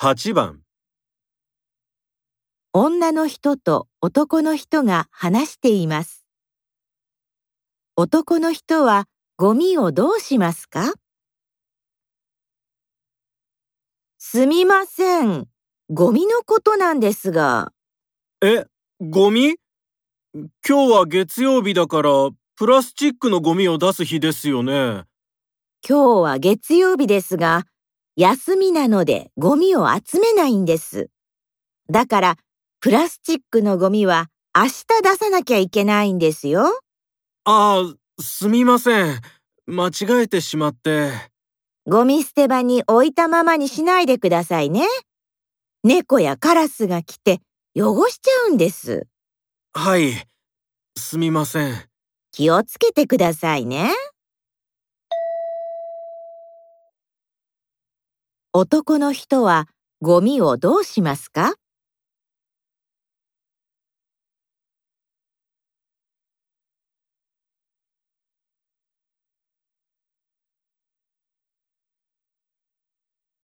8番。 女の人と男の人が話しています。男の人はゴミをどうしますか？すみません。ゴミのことなんですが。 ゴミ？今日は月曜日だから、プラスチックのゴミを出す日ですよね。 今日は月曜日ですが、休みなのでゴミを集めないんです。だから、プラスチックのゴミは明日出さなきゃいけないんですよ。 すみません。間違えてしまって。 ゴミ捨て場に置いたままにしないでくださいね。猫やカラスが来て汚しちゃうんです。 はい、すみません。 気をつけてくださいね。男の人はゴミをどうしますか？